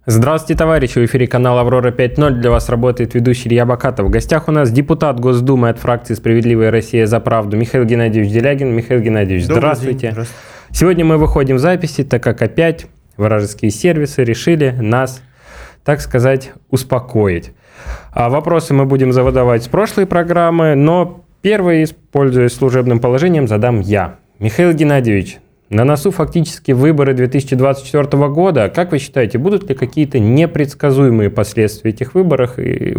Здравствуйте, товарищи! В эфире канал «Аврора 5.0». Для вас работает ведущий Илья Бакатов. В гостях у нас депутат Госдумы от фракции «Справедливая Россия за правду» Михаил Геннадьевич Делягин. Михаил Геннадьевич, здравствуйте. Здравствуйте. Сегодня мы выходим в записи, так как опять вражеские сервисы решили нас, так сказать, успокоить. А вопросы мы будем задавать с прошлой программы, но первый, пользуясь служебным положением, задам я. Михаил Геннадьевич, на носу фактически выборы 2024 года. Как вы считаете, будут ли какие-то непредсказуемые последствия этих выборов?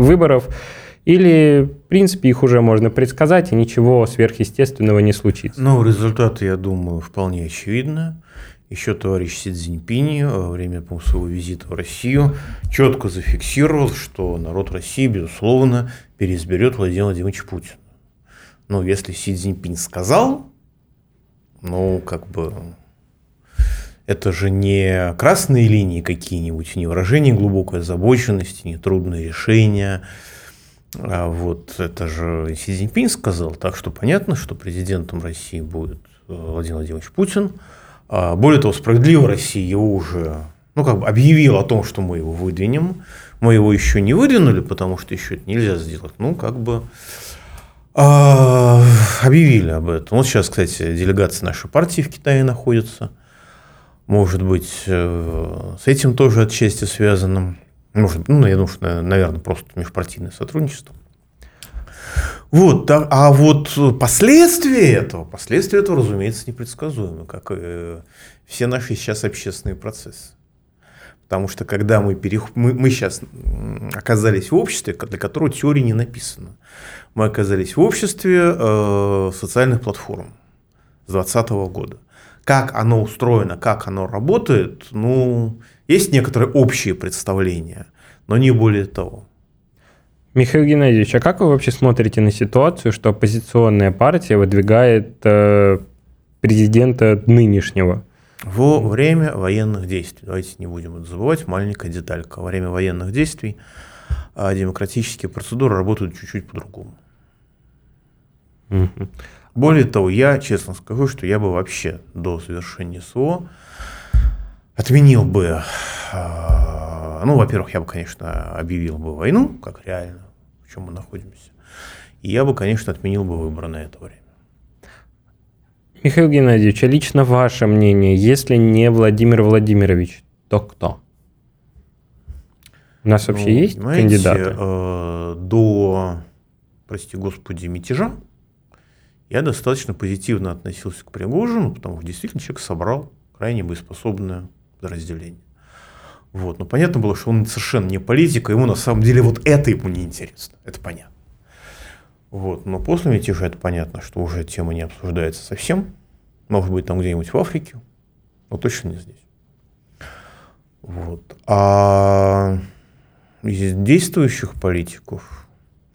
Или, в принципе, их уже можно предсказать, и ничего сверхъестественного не случится? Ну, результаты, я думаю, вполне очевидны. Еще товарищ Си Цзиньпинь во время своего визита в Россию четко зафиксировал, что народ России, безусловно, переизберет Владимира Владимировича Путина. Но если Си Цзиньпинь сказал, это же не красные линии какие-нибудь, не выражение глубокой озабоченности, не трудные решения. Это же Си Цзиньпинь сказал, так что понятно, что президентом России будет Владимир Владимирович Путин. Более того, «Справедливая Россия» его уже объявил о том, что мы его выдвинем. Мы его еще не выдвинули, потому что еще это нельзя сделать. Объявили об этом. Вот сейчас, кстати, делегация нашей партии в Китае находится. Может быть, с этим тоже отчасти связано. Я думаю, что, наверное, просто межпартийное сотрудничество. Последствия этого, разумеется, непредсказуемы, как и все наши сейчас общественные процессы. Потому что когда мы сейчас оказались в обществе, для которого теория не написана, мы оказались в обществе социальных платформ с 2020 года. Как оно устроено, как оно работает, есть некоторые общие представления, но не более того. Михаил Геннадьевич, а как вы вообще смотрите на ситуацию, что оппозиционная партия выдвигает президента нынешнего? Во время военных действий, давайте не будем это забывать, маленькая деталька, во время военных действий демократические процедуры работают чуть-чуть по-другому. Более того, я честно скажу, что я бы вообще до завершения СВО отменил бы, во-первых, я бы, конечно, объявил бы войну, как реально, в чем мы находимся, и я бы, конечно, отменил бы выборы на это время. Михаил Геннадьевич, а лично ваше мнение, если не Владимир Владимирович, то кто? У нас вообще есть кандидаты? До, прости господи, мятежа я достаточно позитивно относился к Пригожину, потому что действительно человек собрал крайне боеспособное подразделение. Но понятно было, что он совершенно не политик, ему на самом деле это ему не интересно, это понятно. Но после мятежа это понятно, что уже тема не обсуждается совсем. Может быть, там где-нибудь в Африке, но точно не здесь. А из действующих политиков,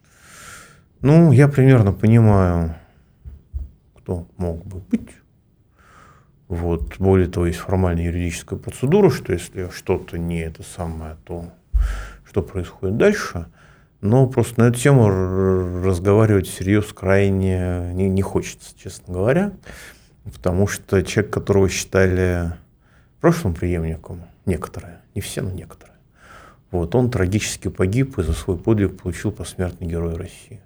я примерно понимаю, кто мог бы быть. Более того, есть формальная юридическая процедура, что если что-то не это самое, то что происходит дальше. Но просто на эту тему разговаривать всерьез крайне не хочется, честно говоря. Потому что человек, которого считали прошлым преемником, некоторые, не все, но некоторые, он трагически погиб и за свой подвиг получил посмертный Герой России.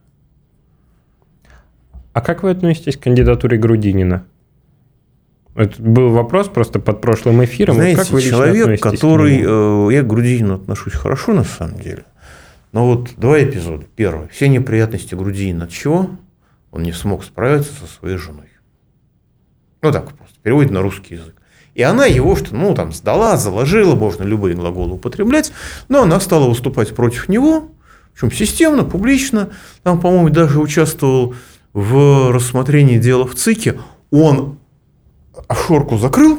А как вы относитесь к кандидатуре Грудинина? Это был вопрос просто под прошлым эфиром. Знаете, как вы человек, который... Я к Грудинину отношусь хорошо, на самом деле. Но два эпизода. Первый. Все неприятности Грудинина от чего? Он не смог справиться со своей женой. Так просто. Переводит на русский язык. И она его сдала, заложила, можно любые глаголы употреблять, но она стала выступать против него, причем системно, публично. Там, по-моему, даже участвовал в рассмотрении дела в ЦИКе. Он офшорку закрыл,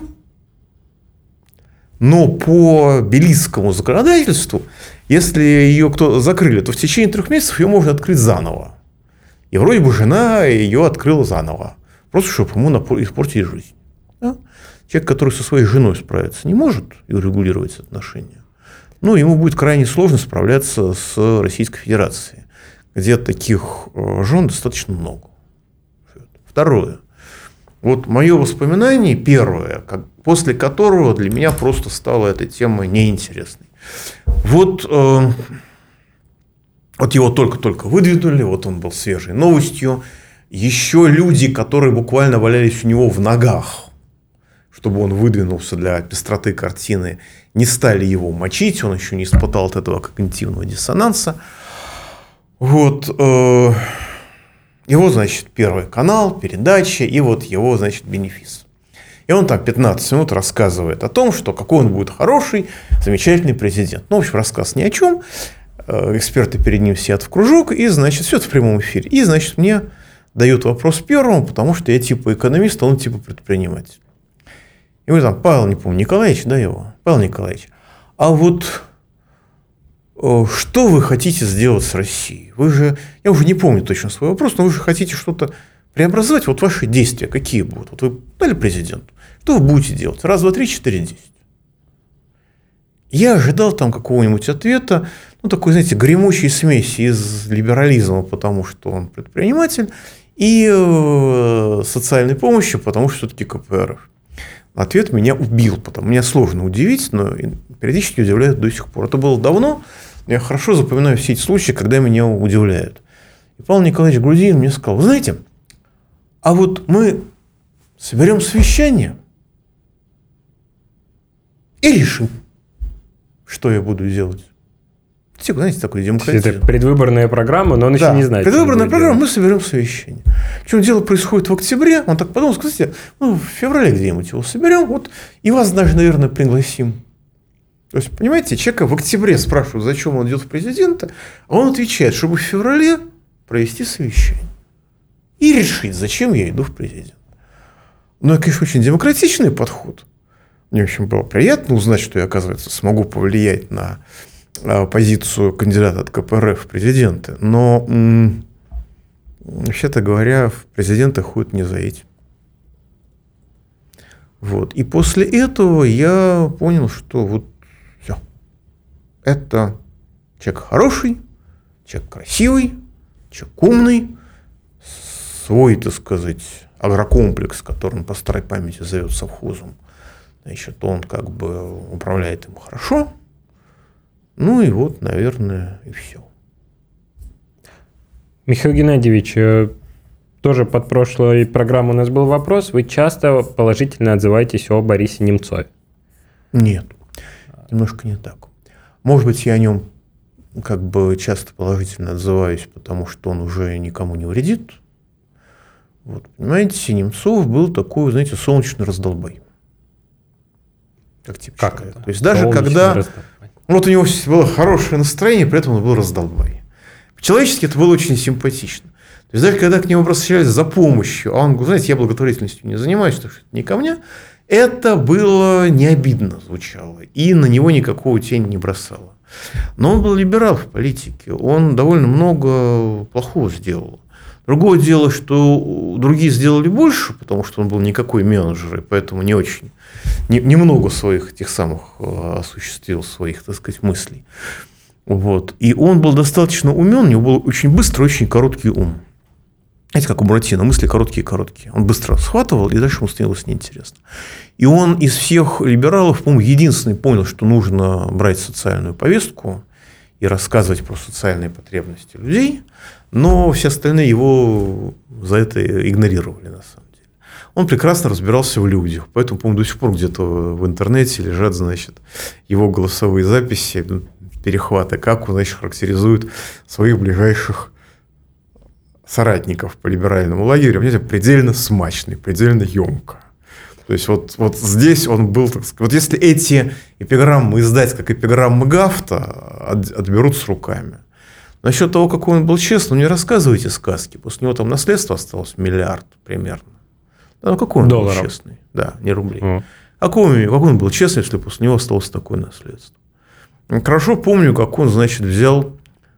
но по белизскому законодательству, если ее кто закрыли, то в течение 3 месяцев ее можно открыть заново. И вроде бы жена ее открыла заново, просто чтобы ему испортить жизнь. Да? Человек, который со своей женой справиться не может и урегулировать отношения, ему будет крайне сложно справляться с Российской Федерацией, где таких жен достаточно много. Второе. Мое воспоминание первое, после которого для меня просто стала эта тема неинтересной. Вот его только-только выдвинули, вот он был свежей новостью. Еще люди, которые буквально валялись у него в ногах, чтобы он выдвинулся для пестроты картины, не стали его мочить, он еще не испытал от этого когнитивного диссонанса. Вот его, значит, Первый канал, передача, и вот его, значит, бенефис. И он там 15 минут рассказывает о том, что какой он будет хороший, замечательный президент. Ну, в общем, рассказ ни о чем. Эксперты перед ним сидят в кружок, и, значит, все это в прямом эфире. И, значит, мне дают вопрос первому, потому что я типа экономист, а он типа предприниматель. И мы там, Павел, не помню, Николаевич, да, его? Павел Николаевич, а вот что вы хотите сделать с Россией? Вы же, я уже не помню точно свой вопрос, но вы же хотите что-то преобразовать, вот ваши действия какие будут? Вот вы дали президенту, что вы будете делать? Раз, два, три, 4, 10. Я ожидал там какого-нибудь ответа, ну, такой, знаете, гремучей смеси из либерализма, потому что он предприниматель, и социальной помощи, потому что все-таки КПРФ. Ответ меня убил, потому меня сложно удивить, но периодически удивляет до сих пор. Это было давно, но я хорошо запоминаю все эти случаи, когда меня удивляют. И Павел Николаевич Грудинин мне сказал: вы знаете, а вот мы соберем совещание и решим, что я буду делать. Типа, знаете, такой демократия. Это предвыборная программа, но он еще не знает. Предвыборная программа, мы соберем совещание. Причем дело происходит в октябре. Он так подумал, скажите, в феврале где-нибудь его соберем, вот, и вас даже, наверное, пригласим. То есть, понимаете, человека в октябре спрашивают, зачем он идет в президента, а он отвечает, чтобы в феврале провести совещание и решить, зачем я иду в президент. Ну, это, конечно, очень демократичный подход. Мне, в общем, было приятно узнать, что я, оказывается, смогу повлиять на позицию кандидата от КПРФ в президенты. Но, вообще-то говоря, в президенты ходят не за этим. Вот. И после этого я понял, что вот все. Это человек хороший, человек красивый, человек умный, свой, так сказать, агрокомплекс, который он по старой памяти зовет совхозом. Значит, он как бы управляет им хорошо. Ну и вот, наверное, и все. Михаил Геннадьевич, тоже под прошлой программой у нас был вопрос. Вы часто положительно отзываетесь о Борисе Немцове? Нет, немножко не так. Может быть, я о нем как бы часто положительно отзываюсь, потому что он уже никому не вредит. Вот, понимаете, Немцов был такой, знаете, солнечный раздолбай. Как это? То есть даже когда вот у него было хорошее настроение, при этом он был раздолбай. По-человечески это было очень симпатично. То есть даже когда к нему обращались за помощью, а он говорит, знаете, я благотворительностью не занимаюсь, так что это не ко мне, это было не обидно звучало и на него никакого тени не бросало. Но он был либерал в политике, он довольно много плохого сделал. Другое дело, что другие сделали больше, потому что он был никакой менеджер, и поэтому не очень, немного своих этих самых осуществил, своих, так сказать, мыслей. Вот. И он был достаточно умен, у него был очень быстрый, очень короткий ум. Знаете, как у Буратино, мысли короткие-короткие. Он быстро схватывал, и дальше ему становилось неинтересно. И он из всех либералов, по-моему, единственный понял, что нужно брать социальную повестку и рассказывать про социальные потребности людей, но все остальные его за это игнорировали, на самом деле. Он прекрасно разбирался в людях, поэтому, по-моему, до сих пор где-то в интернете лежат, значит, его голосовые записи, перехваты, как он, значит, характеризует своих ближайших соратников по либеральному лагерю. Понимаете, предельно смачный, предельно емко. То есть, вот здесь он был, так сказать, вот если эти эпиграммы издать как эпиграммы Гафта, отберут с руками. Насчет того, какой он был честный, не рассказывайте сказки. После него там наследство осталось $1 миллиард примерно. Да, ну какой он был честный? Да, не рублей. Какой он был честный, если после него осталось такое наследство? Хорошо помню, как он, значит, взял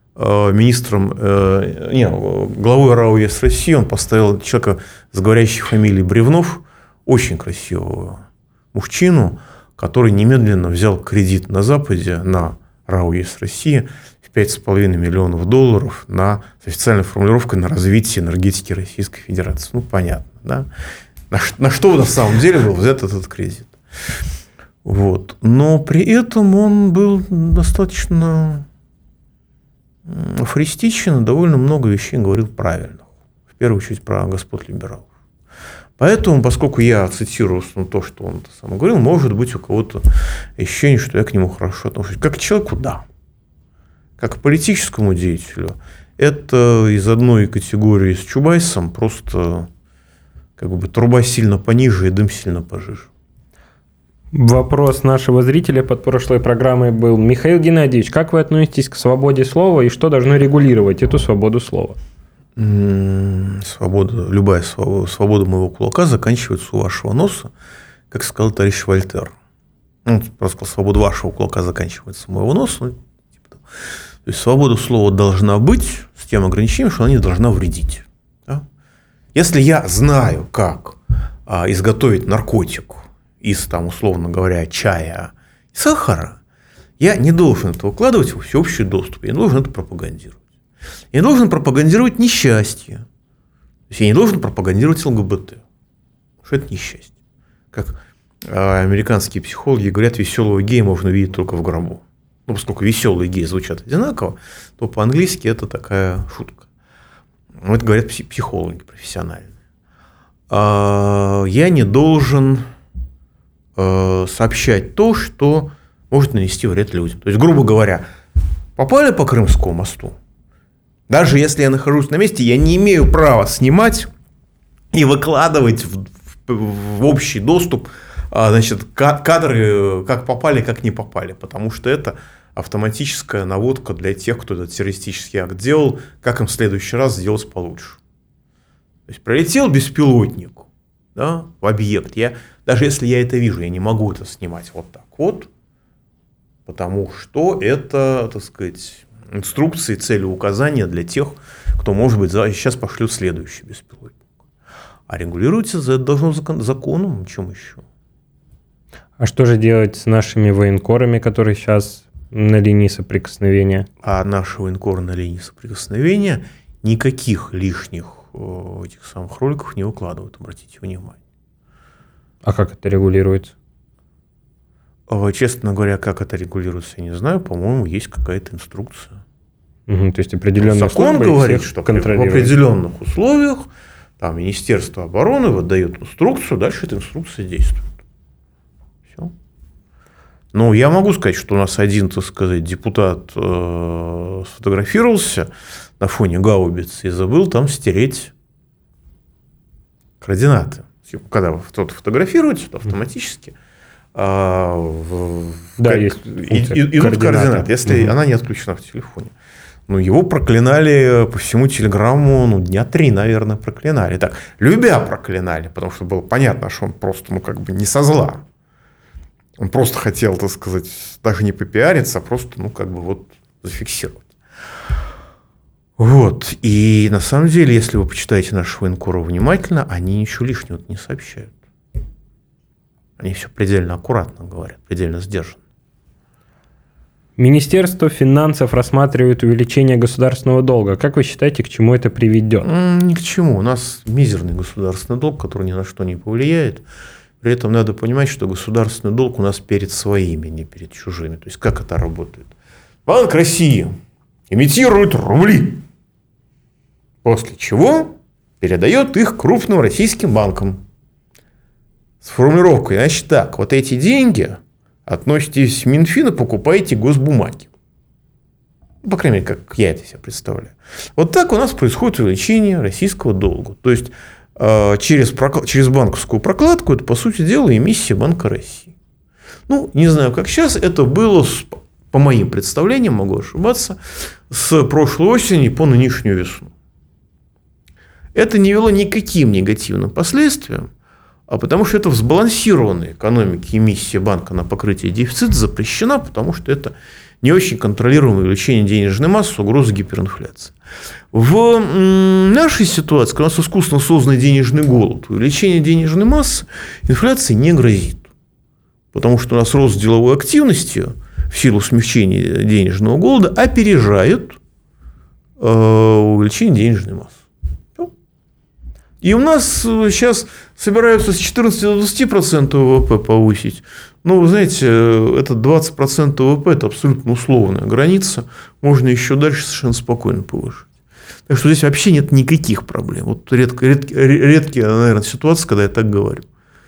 главой РАО ЕС России, он поставил человека с говорящей фамилией Бревнов, очень красивого мужчину, который немедленно взял кредит на Западе на РАО ЕС России в $5,5 миллиона с официальной формулировкой на развитие энергетики Российской Федерации. Ну, понятно, да? На что на самом деле был взят этот кредит? Вот. Но при этом он был достаточно афористичен и довольно много вещей говорил правильных. В первую очередь про господ либералов. Поэтому, поскольку я цитирую то, что он сам говорил, может быть у кого-то ощущение, что я к нему хорошо отношусь. Как к человеку, да. Как к политическому деятелю, это из одной категории с Чубайсом, просто как бы труба сильно пониже и дым сильно пожиже. Вопрос нашего зрителя под прошлой программой был: Михаил Геннадьевич, как вы относитесь к свободе слова и что должно регулировать эту свободу слова? Любая свобода моего кулака заканчивается у вашего носа, как сказал товарищ Вольтер. Он просто сказал, свобода вашего кулака заканчивается у моего носа. То есть свобода слова должна быть с тем ограничением, что она не должна вредить. Да? Если я знаю, как изготовить наркотик из, там, условно говоря, чая и сахара, я не должен это выкладывать во всеобщий доступ, я не должен это пропагандировать. Я не должен пропагандировать несчастье. То есть я не должен пропагандировать ЛГБТ. Потому что это несчастье. Как американские психологи говорят, веселого гея можно видеть только в гробу. Ну, поскольку веселые геи звучат одинаково, то по-английски это такая шутка. Это говорят психологи профессиональные. Я не должен сообщать то, что может нанести вред людям. То есть, грубо говоря, попали по Крымскому мосту, даже если я нахожусь на месте, я не имею права снимать и выкладывать в общий доступ, значит, кадры, как попали, как не попали, потому что это автоматическая наводка для тех, кто этот террористический акт делал, как им в следующий раз сделать получше. То есть пролетел беспилотник, да, в объект. Даже если я это вижу, я не могу это снимать вот так вот, потому что это, так сказать, инструкции, целеуказания для тех, кто, может быть, сейчас пошлют следующий беспилотник. А регулируется это должно законом, чем еще. А что же делать с нашими военкорами, которые сейчас на линии соприкосновения? А наши военкоры на линии соприкосновения никаких лишних этих самых роликов не выкладывают, обратите внимание. А как это регулируется? Честно говоря, как это регулируется, я не знаю. По-моему, есть какая-то инструкция. То есть определенные закон говорит, что в определенных условиях там, Министерство обороны выдает инструкцию, дальше эта инструкция действует. Все. Но я могу сказать, что у нас один, так сказать, депутат сфотографировался на фоне гаубицы и забыл там стереть координаты. Когда кто-то фотографируется, то автоматически идут координаты, если она не отключена в телефоне. Ну, его проклинали по всему телеграмму, дня 3, наверное, проклинали. Так, любя проклинали, потому что было понятно, что он просто, не со зла. Он просто хотел, так сказать, даже не попиариться, а просто, зафиксировать. Вот. И на самом деле, если вы почитаете наших военкоров внимательно, они ничего лишнего не сообщают. Они все предельно аккуратно говорят, предельно сдержанно. Министерство финансов рассматривает увеличение государственного долга. Как вы считаете, к чему это приведет? Ни к чему. У нас мизерный государственный долг, который ни на что не повлияет. При этом надо понимать, что государственный долг у нас перед своими, не перед чужими. То есть, как это работает? Банк России имитирует рубли, после чего передает их крупным российским банкам. С формулировкой, значит так, вот эти деньги относитесь в Минфин и покупаете госбумаги. По крайней мере, как я это себе представляю. Вот так у нас происходит увеличение российского долга. То есть, через банковскую прокладку это, по сути дела, эмиссия Банка России. Не знаю, как сейчас, это было, по моим представлениям, могу ошибаться, с прошлой осени по нынешнюю весну. Это не вело никаким негативным последствиям, а потому что это в сбалансированной экономике эмиссия банка на покрытие дефицита запрещена, потому что это не очень контролируемое увеличение денежной массы с угрозой гиперинфляции. В нашей ситуации, когда у нас искусственно созданный денежный голод, увеличение денежной массы инфляции не грозит. Потому что у нас рост деловой активности в силу смягчения денежного голода опережает увеличение денежной массы. И у нас сейчас собираются с 14 до 20% ВВП повысить. Ну, вы знаете, это 20% ВВП – это абсолютно условная граница. Можно еще дальше совершенно спокойно повышать. Так что здесь вообще нет никаких проблем. Вот редкие, наверное, ситуации, когда я так говорю.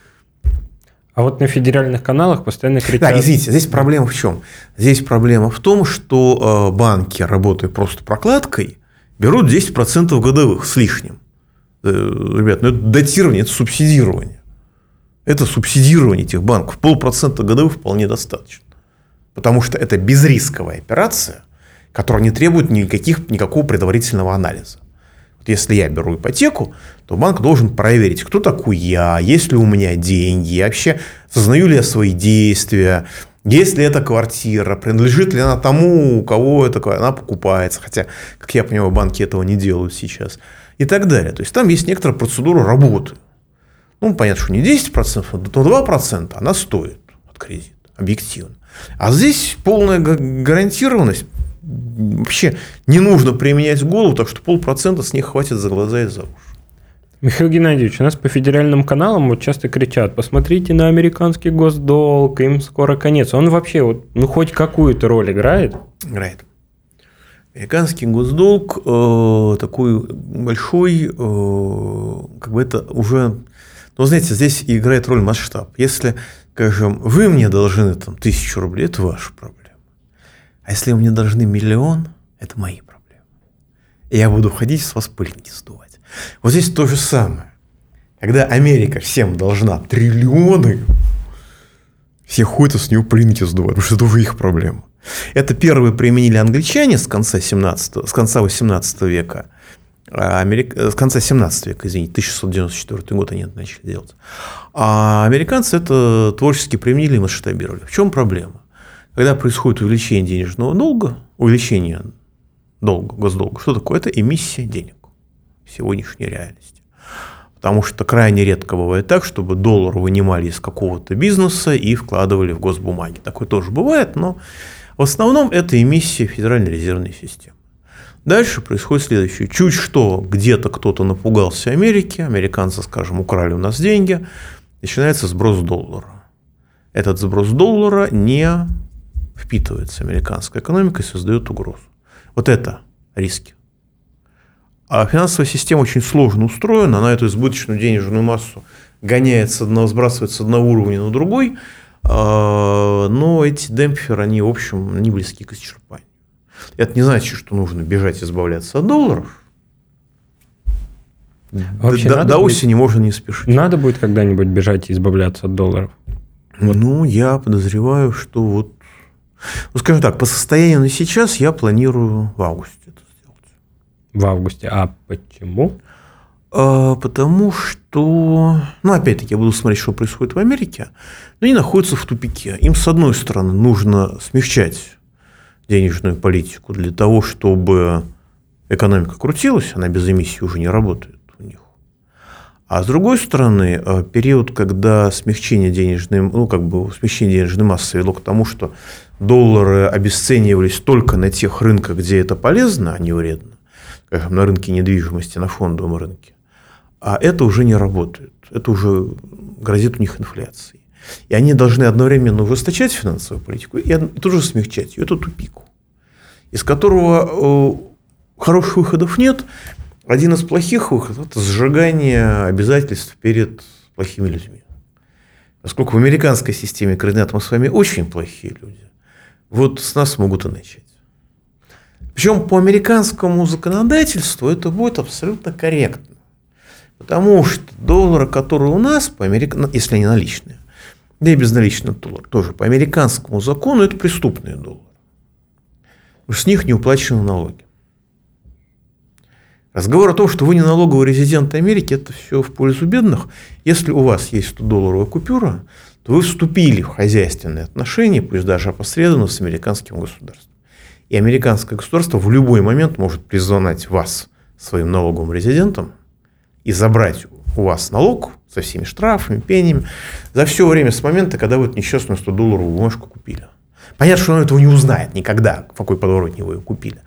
А вот на федеральных каналах постоянно кричат... Да, извините, здесь проблема в чем? Здесь проблема в том, что банки, работая просто прокладкой, берут 10% годовых с лишним. Ребят, ну это датирование, это субсидирование. Это субсидирование этих банков. 0,5% годовых вполне достаточно. Потому что это безрисковая операция, которая не требует никакого предварительного анализа. Вот если я беру ипотеку, то банк должен проверить, кто такой я, есть ли у меня деньги, вообще сознаю ли я свои действия, есть ли эта квартира, принадлежит ли она тому, у кого она покупается. Хотя, как я понимаю, банки этого не делают сейчас. И так далее. То есть там есть некоторая процедура работы. Ну, понятно, что не 10%, но 2% она стоит от кредита, объективно. А здесь полная гарантированность. Вообще не нужно применять голову, так что 0,5% с них хватит за глаза и за уши. Михаил Геннадьевич, у нас по федеральным каналам вот часто кричат: посмотрите на американский госдолг, им скоро конец. Он вообще хоть какую-то роль играет? Играет. Американский госдолг такой большой, это уже... Ну, знаете, здесь играет роль масштаб. Если, скажем, вы мне должны 1000 рублей, это ваша проблема. А если вы мне должны 1 000 000, это мои проблемы. И я буду ходить с вас пылинки сдувать. Вот здесь то же самое. Когда Америка всем должна триллионы, все ходят и с нее пылинки сдувают, потому что это уже их проблема. Это первые применили англичане с конца 18 века. С конца 17 века, извините, 1694 год они это начали делать. А американцы это творчески применили и масштабировали. В чем проблема? Когда происходит увеличение денежного долга, увеличение долга, госдолга, что такое? Это эмиссия денег в сегодняшней реальности. Потому что крайне редко бывает так, чтобы доллар вынимали из какого-то бизнеса и вкладывали в госбумаги. Такое тоже бывает, но в основном это эмиссия Федеральной резервной системы. Дальше происходит следующее. Чуть что где-то кто-то напугался Америки, американцы, скажем, украли у нас деньги, начинается сброс доллара. Этот сброс доллара не впитывается американской экономикой и создает угрозу. Вот это риски. А финансовая система очень сложно устроена, она эту избыточную денежную массу гоняет сбрасывает с одного уровня на другой, но эти демпферы, они, в общем, не близки к исчерпанию. Это не значит, что нужно бежать избавляться от долларов. До осени можно не спешить. Надо будет когда-нибудь бежать и избавляться от долларов? Ну, я подозреваю, что скажем так, по состоянию на сейчас я планирую в августе это сделать. В августе. А почему? Потому что, опять-таки, я буду смотреть, что происходит в Америке, но они находятся в тупике. Им, с одной стороны, нужно смягчать денежную политику для того, чтобы экономика крутилась, она без эмиссии уже не работает у них. А с другой стороны, период, когда смягчение денежной массы вело к тому, что доллары обесценивались только на тех рынках, где это полезно, а не вредно, скажем, на рынке недвижимости, на фондовом рынке, а это уже не работает. Это уже грозит у них инфляцией. И они должны одновременно ужесточать финансовую политику и тоже смягчать ее. Это тупик, из которого хороших выходов нет. Один из плохих выходов – это сжигание обязательств перед плохими людьми. Поскольку в американской системе координат мы с вами очень плохие люди, вот с нас могут и начать. Причем по американскому законодательству это будет абсолютно корректно. Потому что доллары, которые у нас, если они наличные, да и безналичный доллар, тоже по американскому закону это преступные доллары. Потому что с них не уплачены налоги. Разговор о том, что вы не налоговый резидент Америки, это все в пользу бедных. Если у вас есть 100-долларовая купюра, то вы вступили в хозяйственные отношения, пусть даже опосредованно, с американским государством. И американское государство в любой момент может признать вас своим налоговым резидентом и забрать у вас налог со всеми штрафами, пенями за все время с момента, когда вы эту несчастную 100-долларовую бумажку купили. Понятно, что он этого не узнает никогда, в какой подворотне вы ее купили.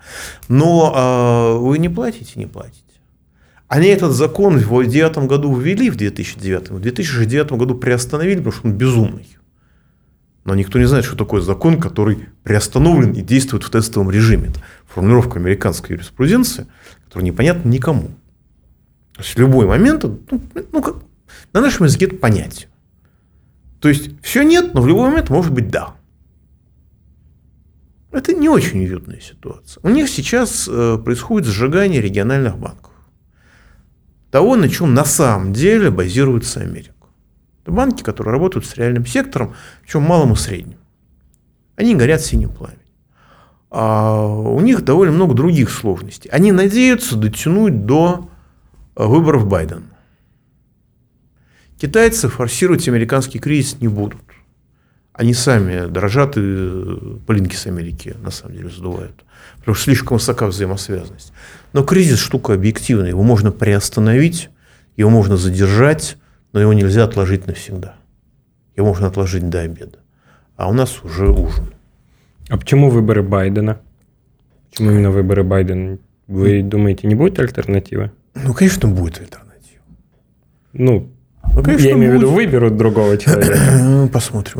Но вы не платите. Они этот закон в 2009 году ввели, в 2009 году приостановили, потому что он безумный. Но никто не знает, что такое закон, который приостановлен и действует в тестовом режиме. Это формулировка американской юриспруденции, которая непонятна никому. То есть в любой момент, на нашем языке это понятие. То есть все нет, но в любой момент может быть да. Это не очень уютная ситуация. У них сейчас происходит сжигание региональных банков. Того, на чем на самом деле базируется Америка. Это банки, которые работают с реальным сектором, причем малым и средним. Они горят синим пламенем. А у них довольно много других сложностей. Они надеются дотянуть до выборов Байдена. Китайцы форсировать американский кризис не будут. Они сами дрожат и пылинки с Америки на самом деле сдувают. Потому что слишком высока взаимосвязанность. Но кризис штука объективная. Его можно приостановить, его можно задержать, но его нельзя отложить навсегда. Его можно отложить до обеда. А у нас уже ужин. А почему выборы Байдена? Почему именно выборы Байдена? Вы думаете, не будет альтернативы? Ну, конечно, будет альтернатива. Конечно, я имею в виду, выберут другого человека. Посмотрим.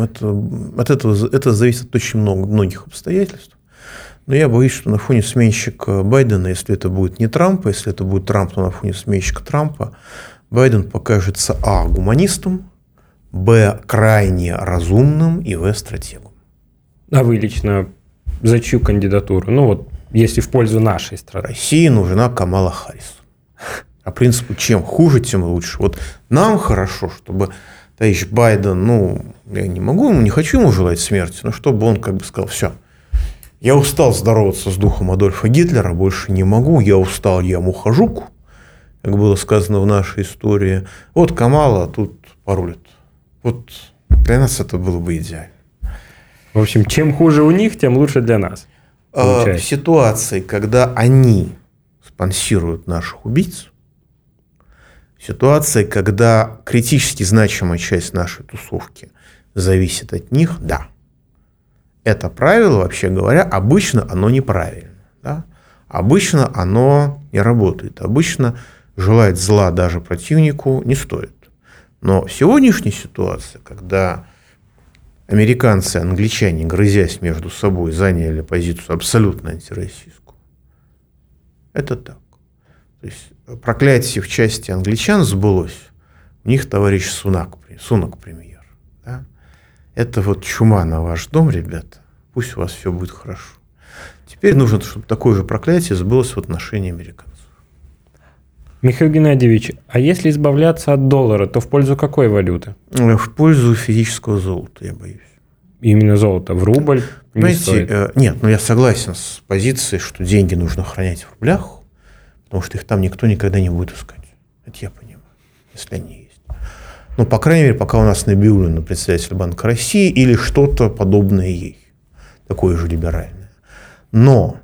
Это зависит от очень многих обстоятельств. Но я боюсь, что на фоне сменщика Байдена, если это будет не Трамп, если это будет Трамп, то на фоне сменщика Трампа, Байден покажется а. гуманистом, б. крайне разумным и в. стратегом. А вы лично за чью кандидатуру? Если в пользу нашей страны. России нужна Камала Харрис. По принципу, чем хуже, тем лучше. Вот нам хорошо, чтобы товарищ Байден, я не хочу ему желать смерти, но чтобы он сказал, все, я устал здороваться с духом Адольфа Гитлера, больше не могу, я устал, я ухожу, как было сказано в нашей истории. Вот Камала тут порулит. Вот для нас это было бы идеально. В общем, чем хуже у них, тем лучше для нас. В ситуации, когда они спонсируют наших убийц, ситуация, когда критически значимая часть нашей тусовки зависит от них, да. Это правило, вообще говоря, обычно оно неправильно. Да? Обычно оно не работает. Обычно желать зла даже противнику не стоит. Но в сегодняшней ситуации, когда американцы и англичане, грызясь между собой, заняли позицию абсолютно антироссийскую, это так. То есть проклятие в части англичан сбылось. У них товарищ Сунак премьер. Да? Это чума на ваш дом, ребята. Пусть у вас все будет хорошо. Теперь нужно, чтобы такое же проклятие сбылось в отношении американцев. Михаил Геннадьевич, а если избавляться от доллара, то в пользу какой валюты? В пользу физического золота, я боюсь. Именно золото в рубль не стоит? Нет, я согласен с позицией, что деньги нужно хранять в рублях, потому что их там никто никогда не будет искать. Это я понимаю, если они есть. По крайней мере, пока у нас не объявлен председатель Банка России или что-то подобное ей, такое же либеральное. Но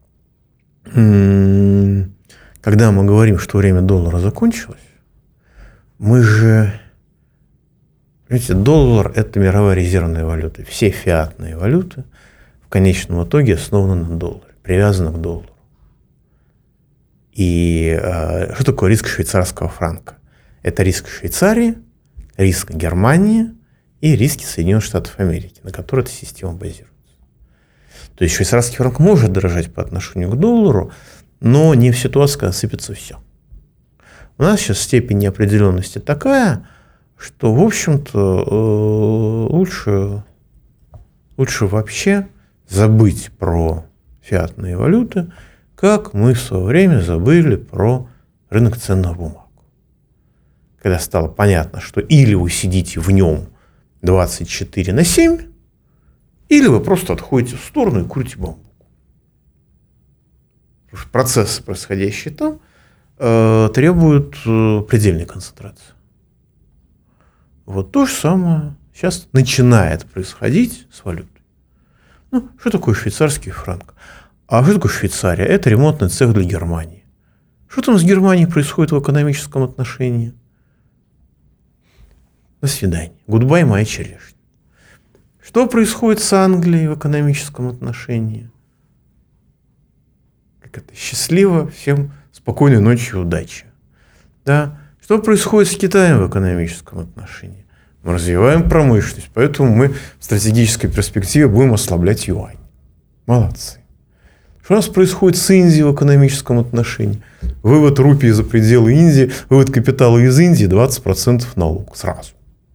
когда мы говорим, что время доллара закончилось, мы же... Видите, доллар – это мировая резервная валюта. Все фиатные валюты в конечном итоге основаны на долларе, привязаны к доллару. И что такое риск швейцарского франка? Это риск Швейцарии, риск Германии и риски Соединенных Штатов Америки, на которые эта система базируется. То есть швейцарский франк может дорожать по отношению к доллару, но не в ситуации, когда сыпется все. У нас сейчас степень неопределенности такая, что, в общем-то, лучше вообще забыть про фиатные валюты, как мы в свое время забыли про рынок ценных бумаг. Когда стало понятно, что или вы сидите в нем 24/7, или вы просто отходите в сторону и курите бамбук. Потому что процессы, происходящие там, требуют предельной концентрации. Вот то же самое сейчас начинает происходить с валютой. Что такое швейцарский франк? А что такое Швейцария? Это ремонтный цех для Германии. Что там с Германией происходит в экономическом отношении? До свидания. Гудбай, моя черешня. Что происходит с Англией в экономическом отношении? Как это? Счастливо, всем спокойной ночи и удачи. Да? Что происходит с Китаем в экономическом отношении? Мы развиваем промышленность, поэтому мы в стратегической перспективе будем ослаблять юань. Молодцы. Что у нас происходит с Индией в экономическом отношении? Вывод рупий за пределы Индии, вывод капитала из Индии 20% налог сразу.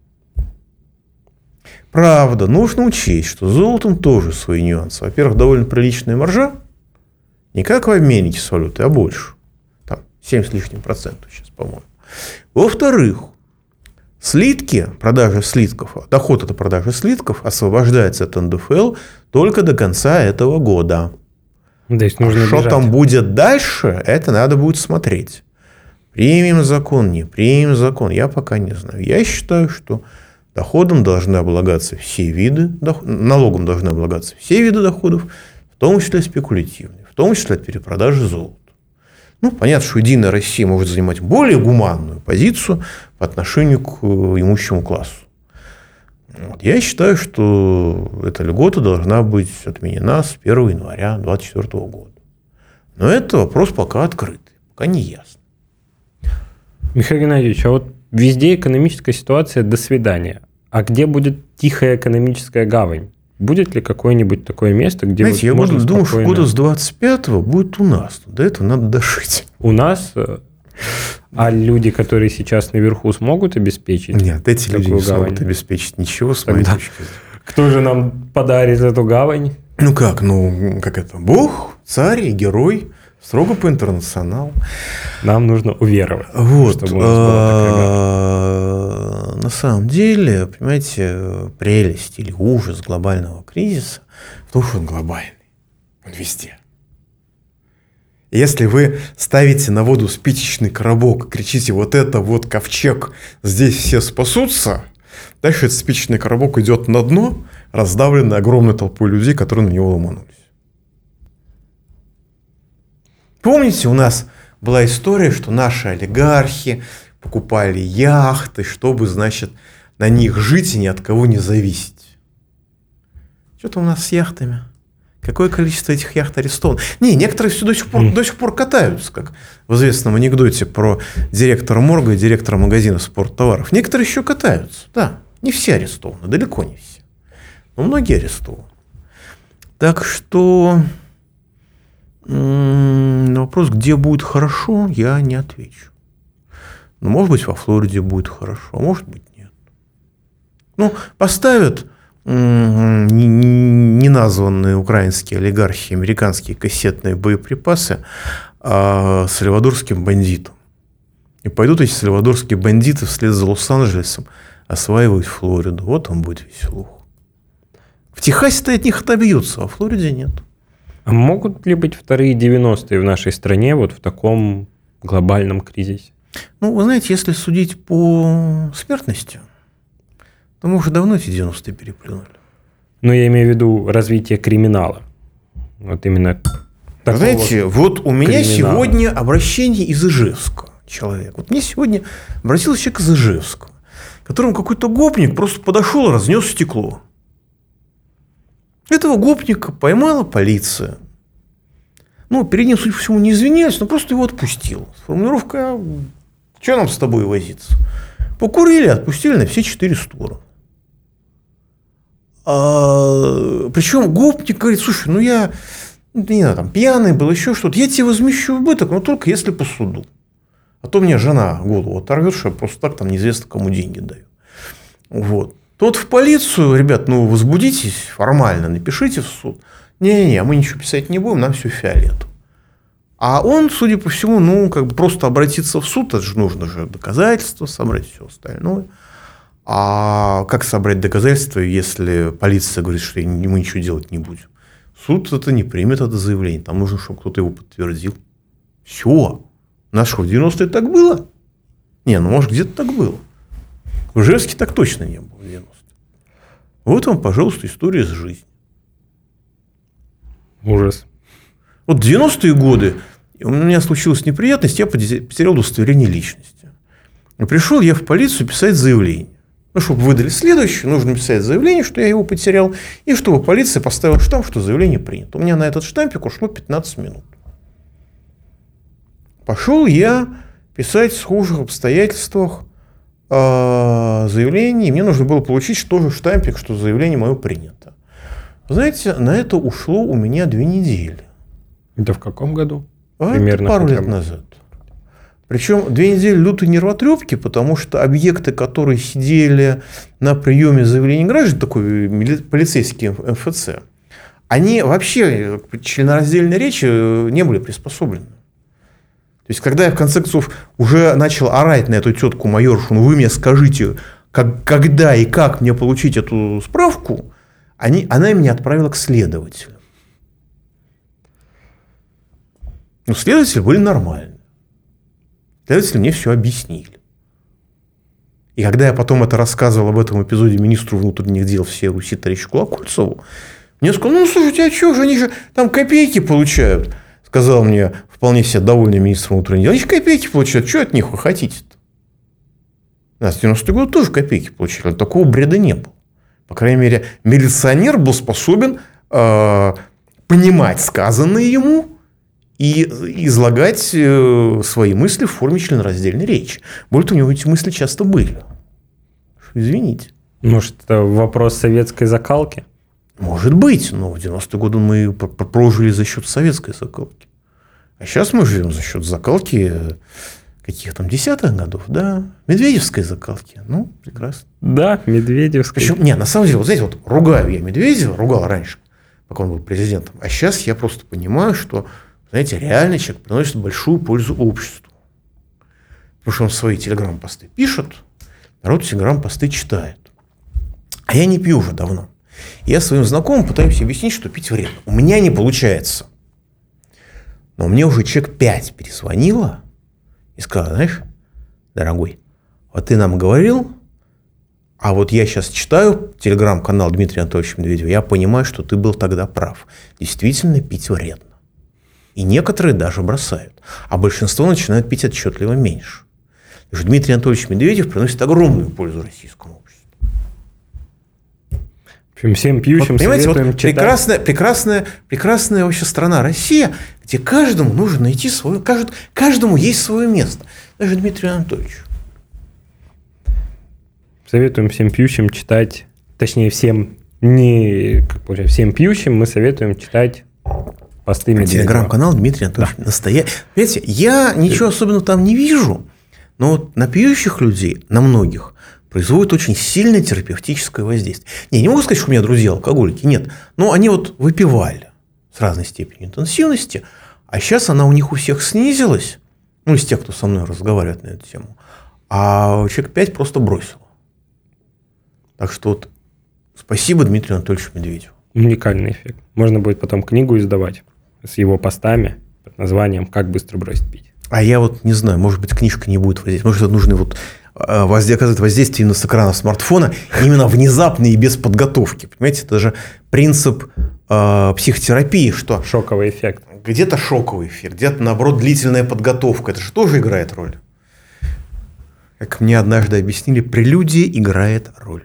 Правда, нужно учесть, что с золотом тоже свои нюансы. Во-первых, довольно приличная маржа, не как в обменнике с валютой, а больше. Там 7 с лишним процентов сейчас, по-моему. Во-вторых, слитки, продажа слитков, доход от продажи слитков освобождается от НДФЛ только до конца этого года. То есть нужно что там будет дальше, это надо будет смотреть. Примем закон, не примем закон, я пока не знаю. Я считаю, что доходом должны облагаться все виды, налогом должны облагаться все виды доходов, в том числе спекулятивные, в том числе от перепродажи золота. Ну, понятно, что Единая Россия может занимать более гуманную позицию по отношению к имущему классу. Я считаю, что эта льгота должна быть отменена с 1 января 2024 года. Но это вопрос пока открытый, пока не ясно. Михаил Геннадьевич, а вот везде экономическая ситуация до свидания. А где будет тихая экономическая гавань? Будет ли какое-нибудь такое место, где знаете, я думаю, что года с 25-го будет у нас. До этого надо дожить. У нас? А люди, которые сейчас наверху, смогут обеспечить? Нет, эти люди не смогут обеспечить ничего, с моей точки зрения. Кто же нам подарит эту гавань? Ну как? Ну, как это? Бог, царь и герой. Строго по интернационалу. Нам нужно уверовать. Вот. Чтобы у нас была такая гавань. На самом деле, понимаете, прелесть или ужас глобального кризиса в том, что он глобальный. Он везде. Если вы ставите на воду спичечный коробок, кричите: вот это вот ковчег, здесь все спасутся, дальше этот спичечный коробок идет на дно, раздавленный огромной толпой людей, которые на него ломанулись. Помните, у нас была история, что наши олигархи покупали яхты, чтобы, значит, на них жить и ни от кого не зависеть. Что-то у нас с яхтами. Какое количество этих яхт арестовано? Не, некоторые все до сих пор катаются, как в известном анекдоте про директора морга и директора магазина спорттоваров. Некоторые еще катаются, да. Не все арестованы, далеко не все. Но многие арестованы. Так что на вопрос, где будет хорошо, я не отвечу. Но, может быть, во Флориде будет хорошо, а может быть, нет. Ну, поставят неназванные украинские олигархи американские кассетные боеприпасы сальвадорским бандитам. И пойдут эти сальвадорские бандиты вслед за Лос-Анджелесом осваивать Флориду. Вот он будет веселух. В Техасе-то от них отобьются, а в Флориде нет. А могут ли быть вторые 90-е в нашей стране вот в таком глобальном кризисе? Ну, вы знаете, если судить по смертности, то мы уже давно эти 90-е переплюнули. Но я имею в виду развитие криминала. Вот именно такого. Знаете, вот у меня сегодня обращение из Ижевска. Человек. Вот мне сегодня обратился человек из Ижевска, которому какой-то гопник просто подошел и разнес стекло. Этого гопника поймала полиция. Ну, перед ним, судя по всему, не извинялись, но просто его отпустила. С формулировкой: что нам с тобой возиться? Покурили, отпустили на все 4 стороны. Причем гопник говорит: слушай, ну я не знаю, там, пьяный был, еще что-то, я тебе возмещу убыток, но только если по суду. А то мне жена голову оторвет, что я просто так там неизвестно кому деньги даю. Вот. Тот в полицию: ребят, ну возбудитесь формально, напишите в суд. Не-не-не, мы ничего писать не будем, нам все фиолетово. А он, судя по всему, ну, как бы просто обратиться в суд, это же нужно же доказательства собрать, все остальное. А как собрать доказательства, если полиция говорит, что мы ничего делать не будем? Суд это не примет, это заявление. Там нужно, чтобы кто-то его подтвердил. Все. У нас что, в 90-е так было? Не, ну, может, где-то так было. В Ижевске так точно не было в 90-е. Вот вам, пожалуйста, история из жизни. Ужас. Вот в 90-е годы у меня случилась неприятность, я потерял удостоверение личности. И пришел я в полицию писать заявление. Ну, чтобы выдали следующее, нужно писать заявление, что я его потерял, и чтобы полиция поставила штамп, что заявление принято. У меня на этот штампик ушло 15 минут. Пошел я писать в схожих обстоятельствах заявление, и мне нужно было получить тоже штампик, что заявление мое принято. Знаете, на это ушло у меня 2 недели. Это в каком году? Примерно пару лет назад. Причем 2 недели лютой нервотрепки, потому что объекты, которые сидели на приеме заявления граждан, такой полицейский МФЦ, они вообще к членораздельной речи не были приспособлены. То есть, когда я в конце концов уже начал орать на эту тетку майоршу, вы мне скажите, когда и как мне получить эту справку, она меня отправила к следователю. Но следователи были нормальны. Следователи мне все объяснили. И когда я потом это рассказывал об этом эпизоде министру внутренних дел всей Руси товарищу Колокольцеву, мне сказали, слушайте, а что же, они же там копейки получают. Сказал мне вполне себе довольный министр внутренних дел. Они же копейки получают, что от них вы хотите-то? Да, с 90-й год тоже копейки получили, но такого бреда не было. По крайней мере, милиционер был способен понимать сказанное ему и излагать свои мысли в форме членораздельной речи. Более того, у него эти мысли часто были. Извините. Может, это вопрос советской закалки? Может быть, но в 90-е годы мы прожили за счет советской закалки. А сейчас мы живем за счет закалки каких там 10-х годов, да, Медведевской закалки. Ну, прекрасно. Да, Медведевской. Причем, на самом деле, вот знаете, вот ругаю я Медведева, ругал раньше, пока он был президентом. А сейчас я просто понимаю, что, знаете, реально человек приносит большую пользу обществу. Потому что он свои телеграм-посты пишет, народ телеграм-посты читает. А я не пью уже давно. Я своим знакомым пытаюсь объяснить, что пить вредно. У меня не получается. Но мне уже человек 5 перезвонило и сказал, знаешь, дорогой, вот ты нам говорил, а вот я сейчас читаю телеграм-канал Дмитрия Анатольевича Медведева, я понимаю, что ты был тогда прав. Действительно, пить вредно. И некоторые даже бросают. А большинство начинают пить отчетливо меньше. Потому что Дмитрий Анатольевич Медведев приносит огромную пользу российскому обществу. Всем пьющим советуем вот читать. Прекрасная вообще страна Россия, где каждому нужно найти свое, каждому есть свое место. Даже Дмитрию Анатольевичу. Советуем всем пьющим читать, точнее всем всем пьющим мы советуем читать посты Медведева. Телеграм-канал Дмитрия Анатольевича. Да. Настоящий. Понимаете, я ничего особенного там не вижу, но вот на пьющих людей, на многих, производит очень сильное терапевтическое воздействие. Не могу сказать, что у меня друзья алкоголики, нет. Но они вот выпивали с разной степенью интенсивности, а сейчас она у них у всех снизилась, из тех, кто со мной разговаривает на эту тему, а человек 5 просто бросил. Так что вот спасибо Дмитрию Анатольевичу Медведеву. Уникальный эффект. Можно будет потом книгу издавать с его постами под названием «Как быстро бросить пить». А я вот не знаю, может быть, книжка не будет воздействовать. Может, это нужно оказывать воздействие именно с экрана смартфона, именно внезапно и без подготовки. Понимаете, это же принцип психотерапии, что... Шоковый эффект. Где-то шоковый эффект, где-то, наоборот, длительная подготовка. Это же тоже играет роль. Как мне однажды объяснили, прелюдия играет роль.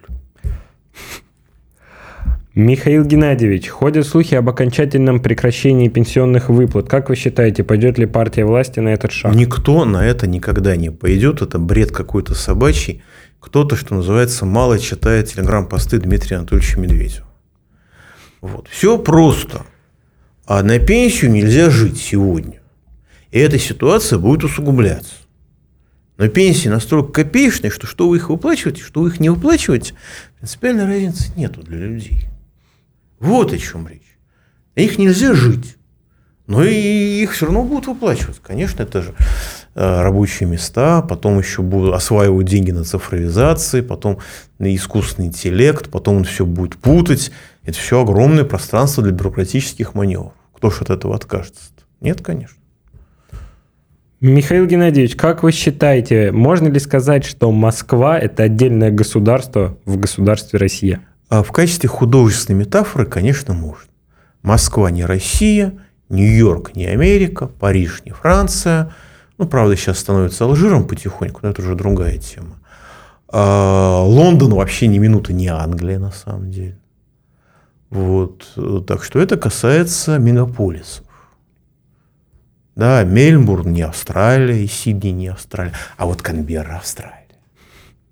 Михаил Геннадьевич, ходят слухи об окончательном прекращении пенсионных выплат. Как вы считаете, пойдет ли партия власти на этот шаг? Никто на это никогда не пойдет. Это бред какой-то собачий. Кто-то, что называется, мало читает телеграм-посты Дмитрия Анатольевича Медведева. Вот. Все просто. А на пенсию нельзя жить сегодня. И эта ситуация будет усугубляться. Но пенсии настолько копеечные, что вы их выплачиваете, что вы их не выплачиваете, принципиальной разницы нету для людей. Вот о чем речь. На них нельзя жить. Но и их все равно будут выплачивать. Конечно, это же рабочие места, потом еще будут осваивать деньги на цифровизации, потом на искусственный интеллект, потом он все будет путать. Это все огромное пространство для бюрократических маневров. Кто же от этого откажется? Нет, конечно. Михаил Геннадьевич, как вы считаете, можно ли сказать, что Москва – это отдельное государство в государстве Россия? А в качестве художественной метафоры, конечно, можно. Москва не Россия, Нью-Йорк не Америка, Париж не Франция. Правда, сейчас становится Алжиром потихоньку, но это уже другая тема. Лондон вообще ни минуты не Англия, на самом деле. Вот. Так что это касается мегаполисов. Да, Мельбурн не Австралия, и Сидней не Австралия, а вот Канберра Австралия.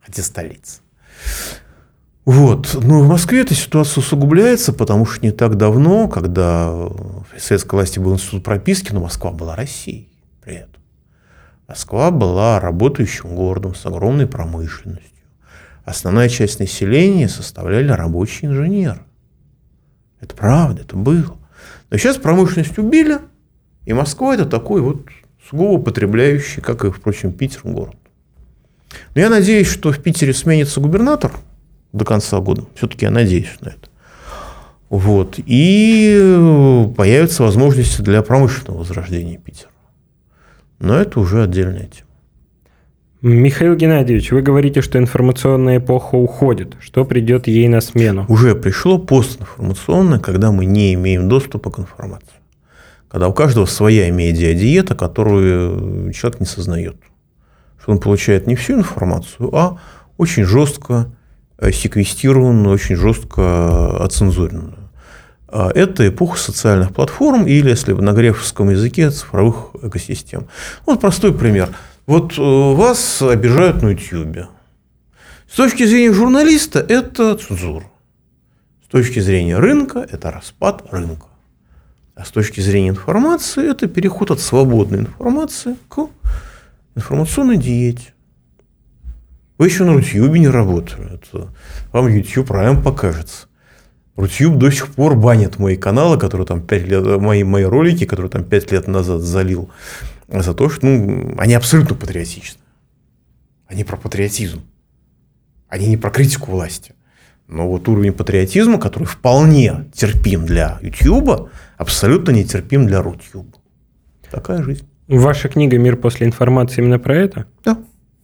хотя столица. Вот. Но в Москве эта ситуация усугубляется, потому что не так давно, когда в советской власти был институт прописки, но Москва была Россией при этом. Москва была работающим городом с огромной промышленностью. Основная часть населения составляли рабочие инженеры. Это правда, это было. Но сейчас промышленность убили, и Москва – это такой вот сугубо потребляющий, как и, впрочем, Питер, город. Но я надеюсь, что в Питере сменится губернатор до конца года. Все-таки я надеюсь на это. Вот. И появятся возможности для промышленного возрождения Питера. Но это уже отдельная тема. Михаил Геннадьевич, вы говорите, что информационная эпоха уходит. Что придет ей на смену? Уже пришло постинформационное, когда мы не имеем доступа к информации. Когда у каждого своя медиа-диета, которую человек не сознает. Что он получает не всю информацию, а очень жестко секвестированную, очень жестко оцензуренную. Это эпоха социальных платформ или, если на грефовском языке, цифровых экосистем. Вот простой пример. Вот вас обижают на YouTube. С точки зрения журналиста это цензура. С точки зрения рынка это распад рынка. А с точки зрения информации это переход от свободной информации к информационной диете. Вы еще на Рутюбе не работали. Вам YouTube Prime покажется. Рутюб до сих пор банит мои каналы, которые там 5 лет, мои ролики, которые там 5 лет назад залил, за то, что они абсолютно патриотичны. Они про патриотизм. Они не про критику власти. Но вот уровень патриотизма, который вполне терпим для YouTube, абсолютно нетерпим для Рутюба. Такая жизнь. Ваша книга «Мир после информации» именно про это? Да.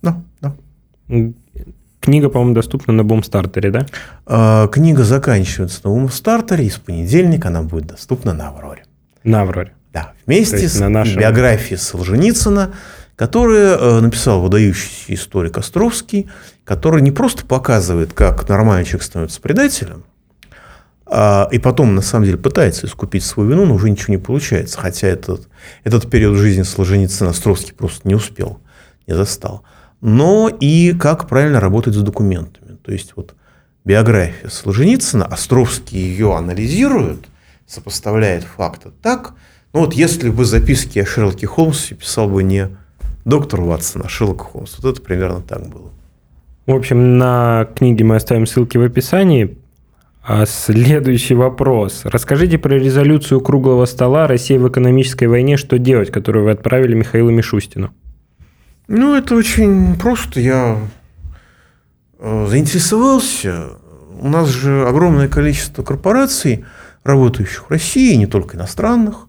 Книга, по-моему, доступна на Бумстартере, да? Книга заканчивается на Бумстартере, и с понедельника она будет доступна на Авроре. На Авроре. Да, вместе с биографией Солженицына, которую написал выдающийся историк Островский, который не просто показывает, как нормальный человек становится предателем, и потом, на самом деле, пытается искупить свою вину, но уже ничего не получается. Хотя этот период жизни Солженицына Островский просто не успел, не застал. Но и как правильно работать с документами. То есть, вот биография Солженицына, Островский ее анализирует, сопоставляет факты так. Ну вот если бы записки о Шерлоке Холмсе писал бы не доктор Ватсон, а Шерлок Холмс, вот это примерно так было. В общем, на книге мы оставим ссылки в описании. А следующий вопрос. Расскажите про резолюцию круглого стола «Россия в экономической войне. Что делать?», которую вы отправили Михаилу Мишустину. Ну, это очень просто. Я заинтересовался. У нас же огромное количество корпораций, работающих в России, не только иностранных,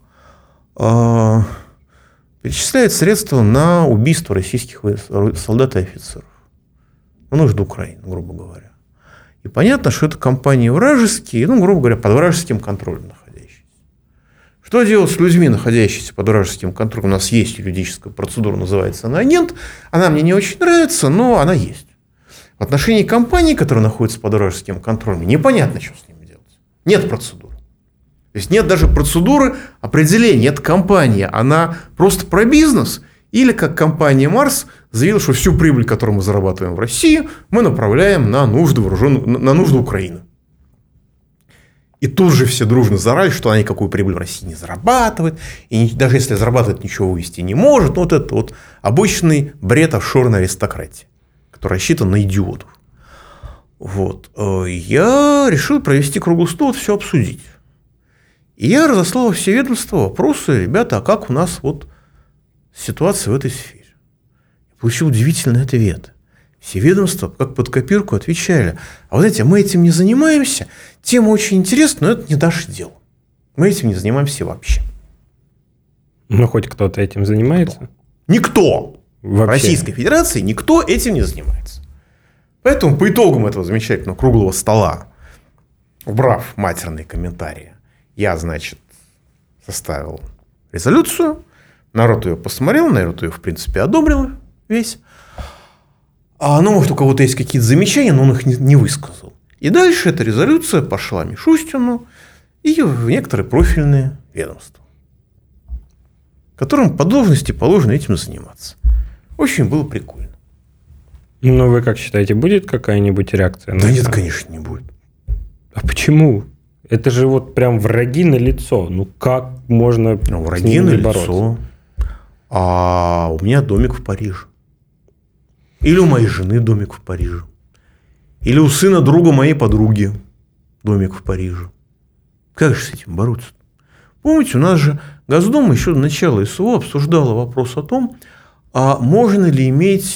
перечисляет средства на убийство российских солдат и офицеров. На нужды Украины, грубо говоря. И понятно, что это компании вражеские, грубо говоря, под вражеским контролем находящиеся. Что делать с людьми, находящимися под вражеским контролем? У нас есть юридическая процедура, называется она агент. Она мне не очень нравится, но она есть. В отношении компаний, которые находятся под вражеским контролем, непонятно, что с ними делать. Нет процедуры. То есть нет даже процедуры определения. Эта компания, она просто про бизнес. Или как компания Марс заявила, что всю прибыль, которую мы зарабатываем в России, мы направляем на нужды Украины. И тут же все дружно заорали, что она никакую прибыль в России не зарабатывает. И даже если зарабатывает, ничего вывести не может. Вот это вот обычный бред офшорной аристократии, который рассчитан на идиотов. Вот. Я решил провести круглый стол, все обсудить. И я разослал во все ведомства вопросы: ребята, а как у нас вот ситуация в этой сфере? Я получил удивительный ответ. Все ведомства, как под копирку, отвечали: а вот знаете, мы этим не занимаемся, тема очень интересна, но это не наше дело. Мы этим не занимаемся вообще. Ну, хоть кто-то этим занимается? Никто. Вообще. В Российской Федерации никто этим не занимается. Поэтому по итогам этого замечательного круглого стола, убрав матерные комментарии, я, составил резолюцию, народ ее посмотрел, народ ее, в принципе, одобрил весь. Может, у кого-то есть какие-то замечания, но он их не высказал. И дальше эта резолюция пошла Мишустину и в некоторые профильные ведомства, которым по должности положено этим заниматься. Очень было прикольно. Ну, вы как считаете, будет какая-нибудь реакция? Да нет, конечно, не будет. А почему? Это же вот прям враги на лицо. Ну, как можно с ними бороться? А у меня домик в Париже. Или у моей жены домик в Париже. Или у сына друга моей подруги домик в Париже. Как же с этим бороться? Помните, у нас же Госдума еще до начала СВО обсуждала вопрос о том, а можно ли иметь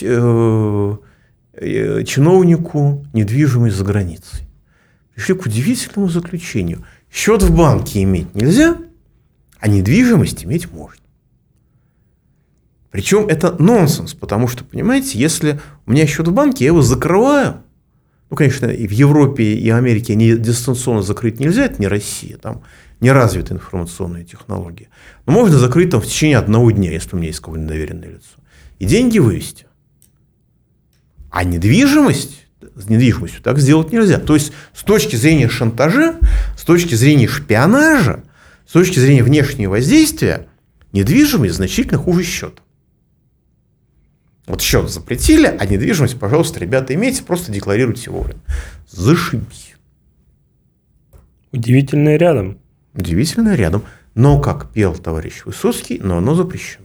чиновнику недвижимость за границей. Пришли к удивительному заключению. Счет в банке иметь нельзя, а недвижимость иметь можно. Причем это нонсенс, потому что, понимаете, если у меня счет в банке, я его закрываю. Ну, конечно, и в Европе, и в Америке они дистанционно закрыть нельзя, это не Россия, там не развиты информационные технологии. Но можно закрыть там в течение одного дня, если у меня есть какое-нибудь доверенное лицо. И деньги вывести. А недвижимость, с недвижимостью так сделать нельзя. То есть, с точки зрения шантажа, с точки зрения шпионажа, с точки зрения внешнего воздействия, недвижимость значительно хуже счета. Вот счет запретили, а недвижимость, пожалуйста, ребята, имейте, просто декларируйте вовремя. Зашибись. Удивительное рядом. Удивительное рядом. Но, как пел товарищ Высоцкий, но оно запрещено.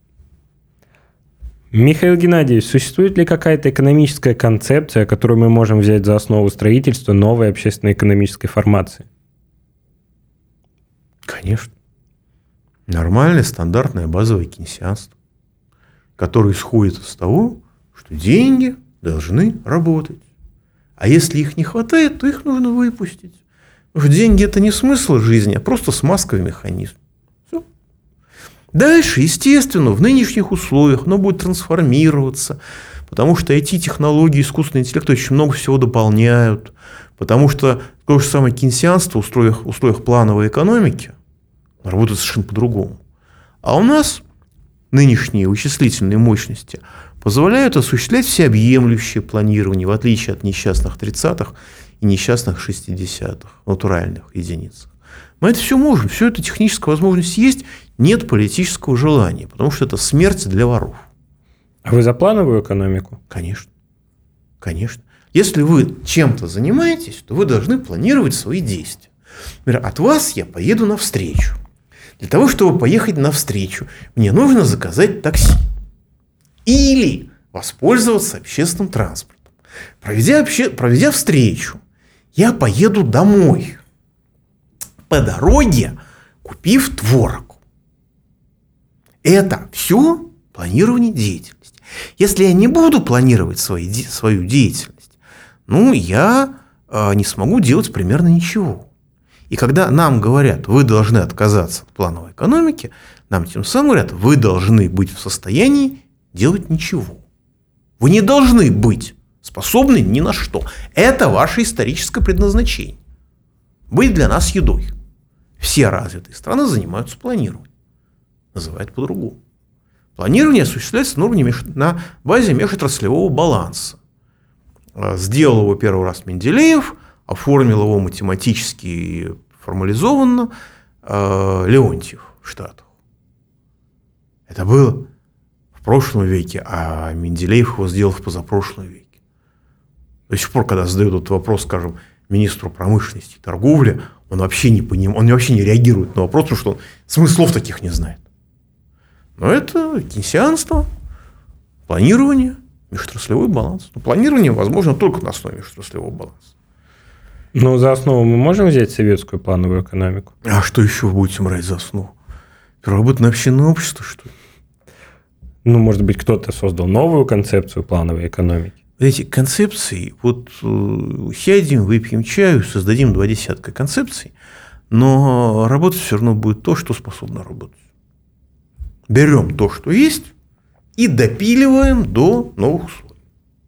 Михаил Геннадьевич, существует ли какая-то экономическая концепция, которую мы можем взять за основу строительства новой общественно-экономической формации? Конечно. Нормальное, стандартное, базовое кейнсианство, которое исходит из того, что деньги должны работать. А если их не хватает, то их нужно выпустить. Потому что деньги – это не смысл жизни, а просто смазковый механизм. Все. Дальше, естественно, в нынешних условиях оно будет трансформироваться, потому что IT-технологии, искусственный интеллект очень много всего дополняют, потому что то же самое кейнсианство в условиях плановой экономики работает совершенно по-другому. А у нас нынешние вычислительные мощности позволяют осуществлять всеобъемлющее планирование, в отличие от несчастных 30-х и несчастных 60-х, натуральных единиц. Мы это все можем, все это техническая возможность есть, нет политического желания, потому что это смерть для воров. А вы за плановую экономику? Конечно. Конечно. Если вы чем-то занимаетесь, то вы должны планировать свои действия. Например, от вас я поеду навстречу. Для того, чтобы поехать навстречу, мне нужно заказать такси. Или воспользоваться общественным транспортом. Проведя встречу, я поеду домой. По дороге купив творог. Это все планирование деятельности. Если я не буду планировать свою деятельность, я не смогу делать примерно ничего. И когда нам говорят, вы должны отказаться от плановой экономики, нам тем самым говорят, вы должны быть в состоянии делать ничего. Вы не должны быть способны ни на что. Это ваше историческое предназначение. Быть для нас едой. Все развитые страны занимаются планированием. Называют по-другому. Планирование осуществляется на базе межотраслевого баланса. Сделал его первый раз Менделеев, оформил его математически формализованно Леонтьев в Штатах. Это было в прошлом веке, а Менделеев его сделал в позапрошлом веке. До сих пор, когда задают этот вопрос, скажем, министру промышленности и торговли, он вообще не понимает, он вообще не реагирует на вопрос, потому что он смыслов таких не знает. Но это кейнсианство, планирование, межотраслевой баланс. Но планирование возможно только на основе межотраслевого баланса. Но за основу мы можем взять советскую плановую экономику? А что еще вы будете брать за основу? Первобытное общинное общество, что ли? Может быть, кто-то создал новую концепцию плановой экономики. Эти концепции, сядем, выпьем чаю, создадим 20 концепций, но работать все равно будет то, что способно работать. Берем то, что есть, и допиливаем до новых условий.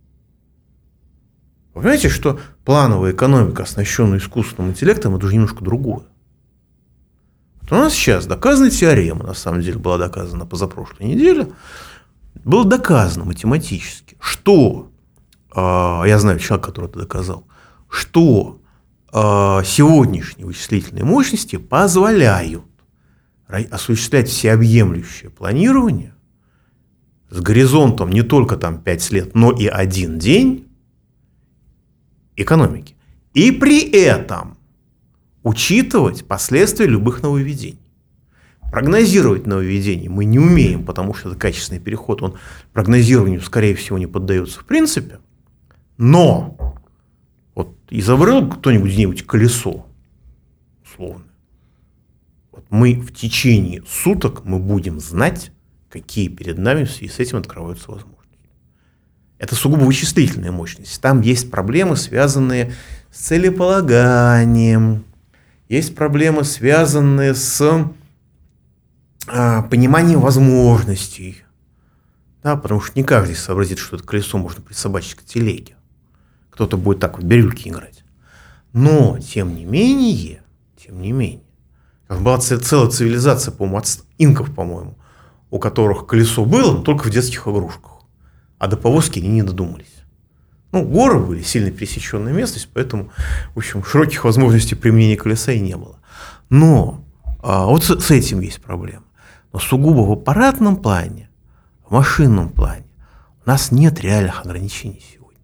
Вы понимаете, что плановая экономика, оснащенная искусственным интеллектом, это уже немножко другое. У нас сейчас доказана теорема, на самом деле была доказана позапрошлой неделе, было доказано математически, что, я знаю человека, который это доказал, что сегодняшние вычислительные мощности позволяют осуществлять всеобъемлющее планирование с горизонтом не только там 5 лет, но и 1 день экономики. И при этом учитывать последствия любых нововведений. Прогнозировать нововведения мы не умеем, потому что это качественный переход, он прогнозированию, скорее всего, не поддается в принципе. Но вот изобрел кто-нибудь где-нибудь колесо, условно. Вот мы в течение суток мы будем знать, какие перед нами в связи с этим открываются возможности. Это сугубо вычислительная мощность. Там есть проблемы, связанные с целеполаганием, есть проблемы, связанные с пониманием возможностей. Да, потому что не каждый сообразит, что это колесо можно присобачить к телеге. Кто-то будет так в бирюльки играть. Но, тем не менее, была целая цивилизация, по-моему, от инков, по-моему, у которых колесо было, но только в детских игрушках. А до повозки они не додумались. Ну, горы были, сильно пересеченная местность, поэтому, в общем, широких возможностей применения колеса и не было. Но вот с этим есть проблема. Но сугубо в аппаратном плане, в машинном плане у нас нет реальных ограничений сегодня.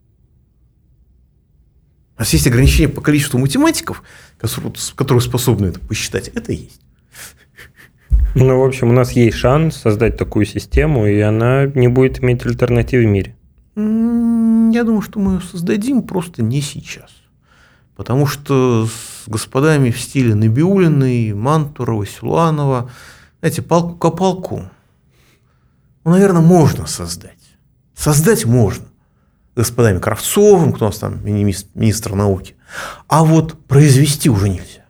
У нас есть ограничения по количеству математиков, которые способны это посчитать. Это есть. Ну, в общем, у нас есть шанс создать такую систему, и она не будет иметь альтернатив в мире. Я думаю, что мы ее создадим, просто не сейчас. Потому что с господами в стиле Набиуллиной, Мантурова, Силуанова, знаете, палку-копалку, ну, наверное, можно создать. Создать можно. Господами Кравцовым, кто у нас там министр науки. А вот произвести уже нельзя.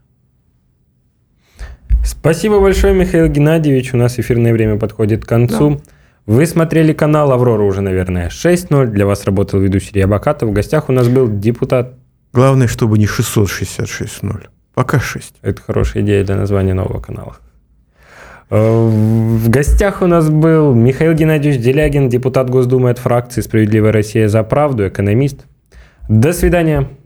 Спасибо большое, Михаил Геннадьевич. У нас эфирное время подходит к концу. Да. Вы смотрели канал «Аврора» уже, наверное, 6:0. Для вас работал ведущий Илья Абакатов. В гостях у нас был депутат. Главное, чтобы не 666-0. Пока 6. Это хорошая идея для названия нового канала. В гостях у нас был Михаил Геннадьевич Делягин, депутат Госдумы от фракции «Справедливая Россия за правду», экономист. До свидания.